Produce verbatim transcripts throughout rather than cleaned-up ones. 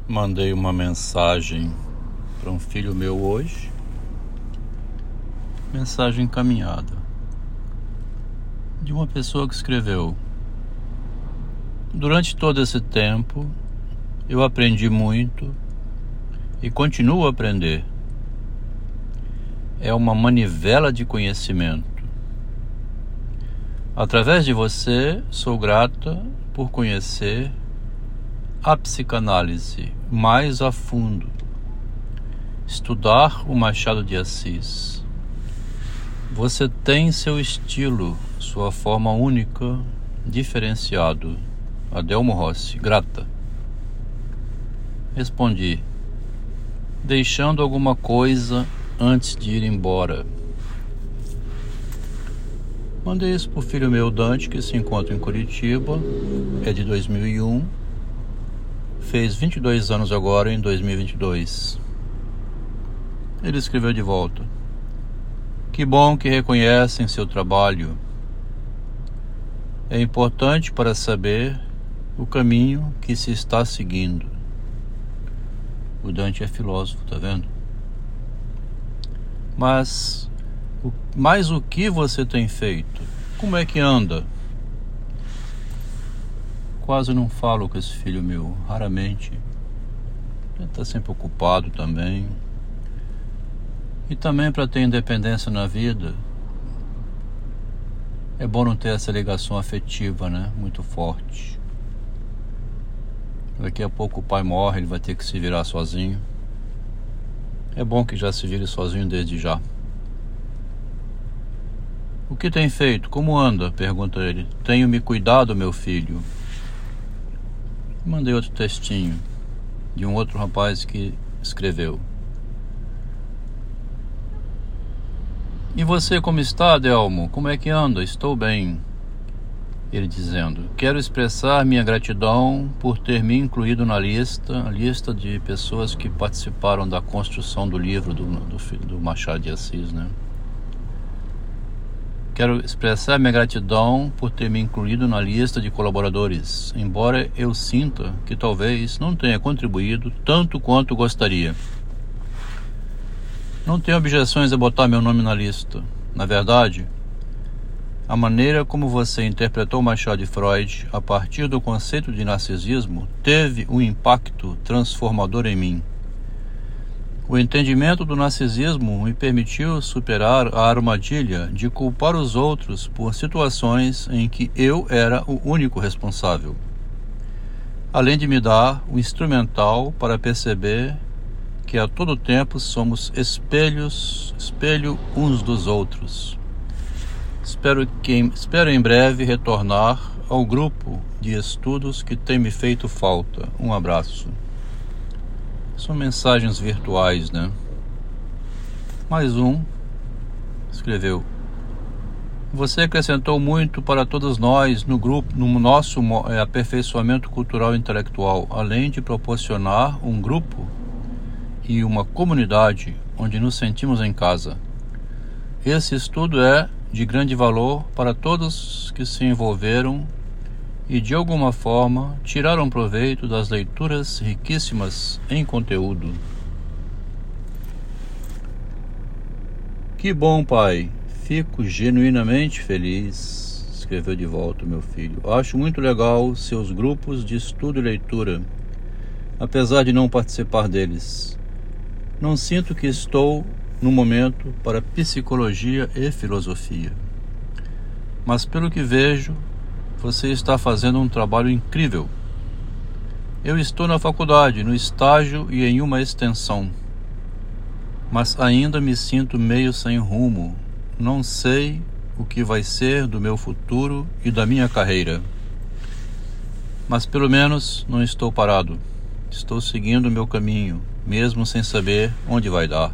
Mandei uma mensagem para um filho meu hoje. Mensagem encaminhada de uma pessoa que escreveu: durante todo esse tempo eu aprendi muito e continuo a aprender. É uma manivela de conhecimento. Através de você, sou grata por conhecer a psicanálise mais a fundo, estudar o Machado de Assis. Você tem seu estilo, sua forma única, diferenciado. Adelmo Rossi, grata. Respondi: deixando alguma coisa antes de ir embora. Mandei isso pro filho meu Dante, que se encontra em Curitiba, é de dois mil e um, fez vinte e dois anos agora em dois mil e vinte e dois. Ele escreveu de volta: que bom que reconhecem seu trabalho. É importante para saber o caminho que se está seguindo. O Dante é filósofo, tá vendo? Mas, o, mas o que você tem feito? Como é que anda? Quase não falo com esse filho meu, raramente. Ele está sempre ocupado também. E também, para ter independência na vida, é bom não ter essa ligação afetiva, né? Muito forte. Daqui a pouco o pai morre, ele vai ter que se virar sozinho. É bom que já se vire sozinho desde já. O que tem feito? Como anda? Pergunta ele. Tenho me cuidado, meu filho. Mandei outro textinho de um outro rapaz que escreveu: e você, como está, Adelmo? Como é que anda? Estou bem. Ele dizendo: quero expressar minha gratidão por ter me incluído na lista, a lista de pessoas que participaram da construção do livro do, do, do Machado de Assis, né? Quero expressar minha gratidão por ter me incluído na lista de colaboradores, embora eu sinta que talvez não tenha contribuído tanto quanto gostaria. Não tenho objeções a botar meu nome na lista. Na verdade, a maneira como você interpretou Machado e Freud a partir do conceito de narcisismo teve um impacto transformador em mim. O entendimento do narcisismo me permitiu superar a armadilha de culpar os outros por situações em que eu era o único responsável, além de me dar o instrumental para perceber que a todo tempo somos espelhos, espelho uns dos outros. Espero, que, espero em breve retornar ao grupo de estudos que tem me feito falta. Um abraço. São mensagens virtuais, né? Mais um escreveu: você acrescentou muito para todos nós no grupo, no nosso é, aperfeiçoamento cultural e intelectual, além de proporcionar um grupo e uma comunidade onde nos sentimos em casa. Esse estudo é de grande valor para todos que se envolveram e de alguma forma tiraram proveito das leituras riquíssimas em conteúdo. Que bom, pai. Fico genuinamente feliz, escreveu de volta meu filho. Acho muito legal seus grupos de estudo e leitura, apesar de não participar deles. Não sinto que estou no momento para psicologia e filosofia. Mas pelo que vejo, você está fazendo um trabalho incrível. Eu estou na faculdade, no estágio e em uma extensão, mas ainda me sinto meio sem rumo. Não sei o que vai ser do meu futuro e da minha carreira. Mas pelo menos não estou parado. Estou seguindo o meu caminho, mesmo sem saber onde vai dar.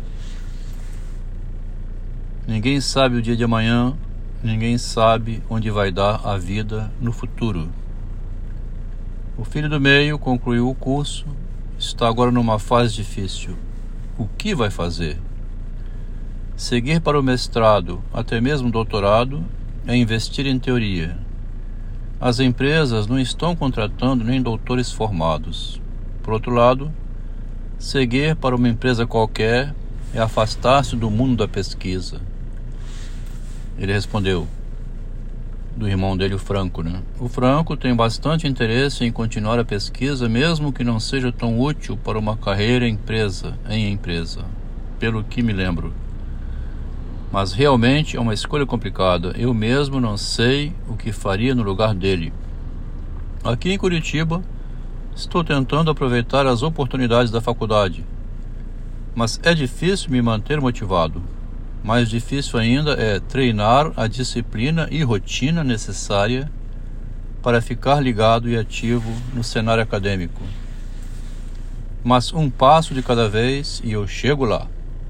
Ninguém sabe o dia de amanhã, ninguém sabe onde vai dar a vida no futuro. O filho do meio concluiu o curso, está agora numa fase difícil. O que vai fazer? Seguir para o mestrado, até mesmo doutorado, é investir em teoria. As empresas não estão contratando nem doutores formados. por outro lado, seguir para uma empresa qualquer é afastar-se do mundo da pesquisa. Ele respondeu, do irmão dele, o Franco, né? O Franco tem bastante interesse em continuar a pesquisa, mesmo que não seja tão útil para uma carreira em empresa, em empresa, pelo que me lembro. Mas realmente é uma escolha complicada. Eu mesmo não sei o que faria no lugar dele. Aqui em Curitiba, estou tentando aproveitar as oportunidades da faculdade, mas é difícil me manter motivado. Mais difícil ainda é treinar a disciplina e rotina necessária para ficar ligado e ativo no cenário acadêmico. Mas um passo de cada vez e eu chego lá.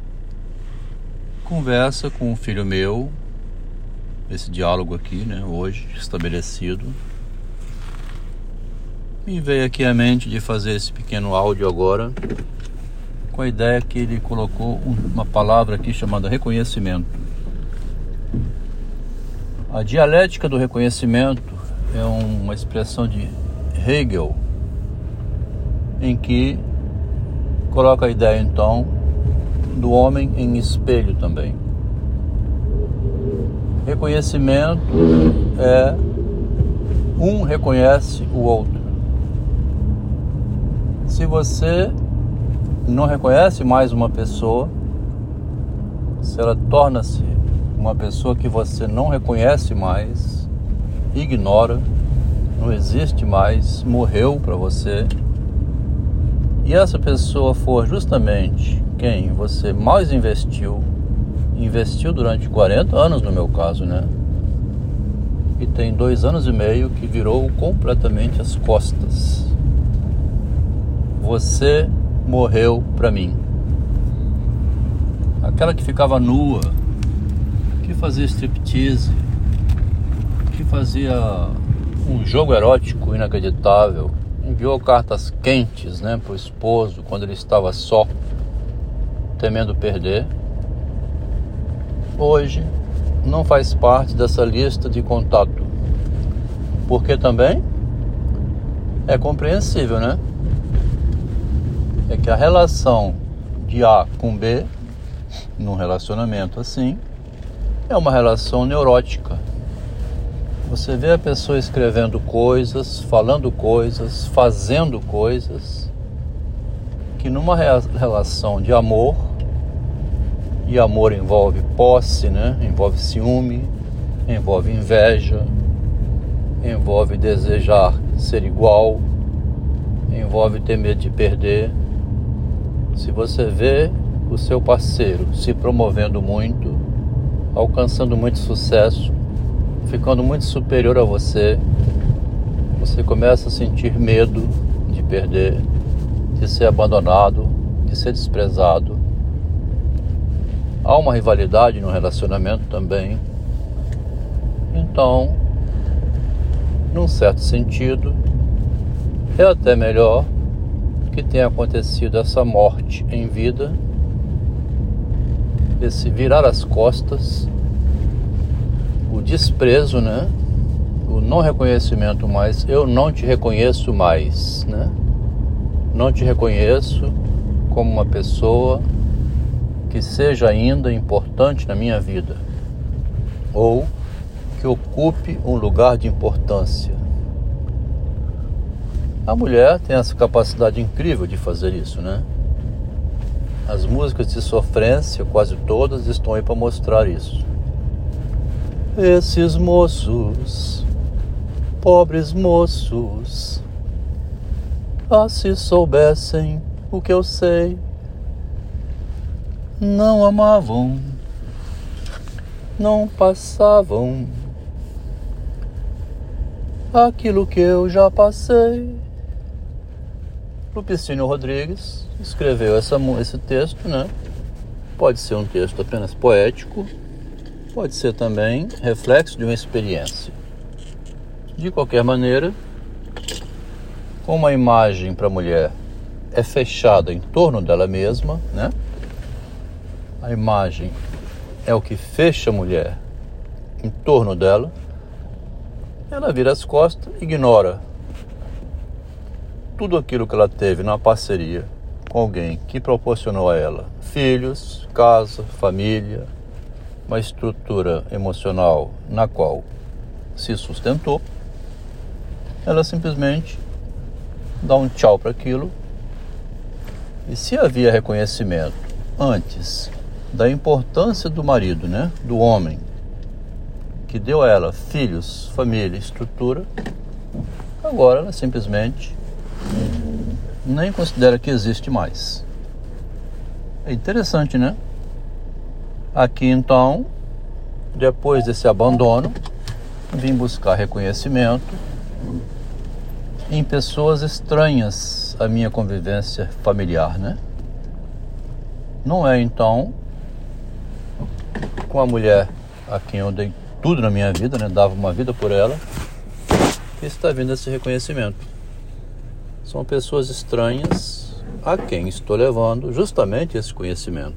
Conversa com um filho meu, esse diálogo aqui, né, hoje estabelecido. Me veio aqui à mente de fazer esse pequeno áudio agora, com a ideia que ele colocou uma palavra aqui chamada reconhecimento. A dialética do reconhecimento é uma expressão de Hegel, em que coloca a ideia então do homem em espelho também. Reconhecimento é um reconhece o outro. Se você não reconhece mais uma pessoa, se ela torna-se uma pessoa que você não reconhece mais, ignora, não existe mais, morreu para você, e essa pessoa for justamente quem você mais investiu, investiu durante quarenta anos no meu caso, né? E tem dois anos e meio que virou completamente as costas. Você morreu pra mim. Aquela que ficava nua, que fazia striptease, que fazia um jogo erótico inacreditável, enviou cartas quentes, né, pro esposo quando ele estava só, temendo perder, hoje não faz parte dessa lista de contato. Porque também é compreensível, né? É que a relação de A com B, num relacionamento assim, é uma relação neurótica. Você vê a pessoa escrevendo coisas, falando coisas, fazendo coisas, que numa relação de amor, e amor envolve posse, né? Envolve ciúme, envolve inveja, envolve desejar ser igual, envolve ter medo de perder. Se você vê o seu parceiro se promovendo muito, alcançando muito sucesso, ficando muito superior a você, você começa a sentir medo de perder, de ser abandonado, de ser desprezado. Há uma rivalidade no relacionamento também. Então, num certo sentido, é até melhor que tenha acontecido essa morte em vida, esse virar as costas, o desprezo, né? O não reconhecimento mais, eu não te reconheço mais, né? Não te reconheço como uma pessoa que seja ainda importante na minha vida, ou que ocupe um lugar de importância. A mulher tem essa capacidade incrível de fazer isso, né? As músicas de sofrência, quase todas, estão aí para mostrar isso. Esses moços, pobres moços, ah, se soubessem o que eu sei, não amavam, não passavam aquilo que eu já passei. Lupicínio Rodrigues escreveu essa, esse texto, né? Pode ser um texto apenas poético, pode ser também reflexo de uma experiência. De qualquer maneira, como a imagem para a mulher é fechada em torno dela mesma, né? A imagem é o que fecha a mulher em torno dela. Ela vira as costas, ignora. tudo aquilo que ela teve na parceria com alguém que proporcionou a ela filhos, casa, família, uma estrutura emocional na qual se sustentou, ela simplesmente dá um tchau para aquilo. E se havia reconhecimento antes da importância do marido, né, do homem, que deu a ela filhos, família, estrutura, agora ela simplesmente nem considera que existe mais. É interessante, né? Aqui então, depois desse abandono, vim buscar reconhecimento em pessoas estranhas à minha convivência familiar, né? Não é então com a mulher a quem eu dei tudo na minha vida, né? Dava uma vida por ela, que está vindo esse reconhecimento. São pessoas estranhas a quem estou levando justamente esse conhecimento.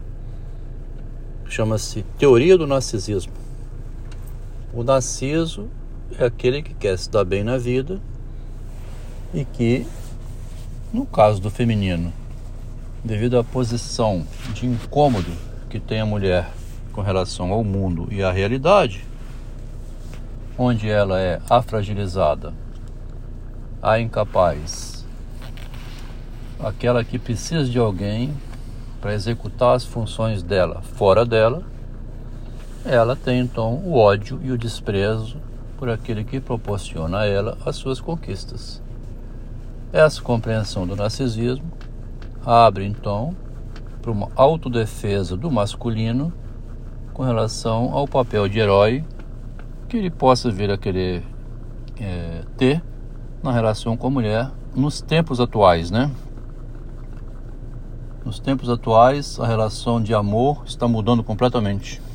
Chama-se teoria do narcisismo. O narciso é aquele que quer se dar bem na vida e que, no caso do feminino, devido à posição de incômodo que tem a mulher com relação ao mundo e à realidade, onde ela é a fragilizada, a incapaz, aquela que precisa de alguém para executar as funções dela fora dela, ela tem então o ódio e o desprezo por aquele que proporciona a ela as suas conquistas. Essa compreensão do narcisismo abre então para uma autodefesa do masculino com relação ao papel de herói que ele possa vir a querer é, ter na relação com a mulher nos tempos atuais, né? Nos tempos atuais, a relação de amor está mudando completamente.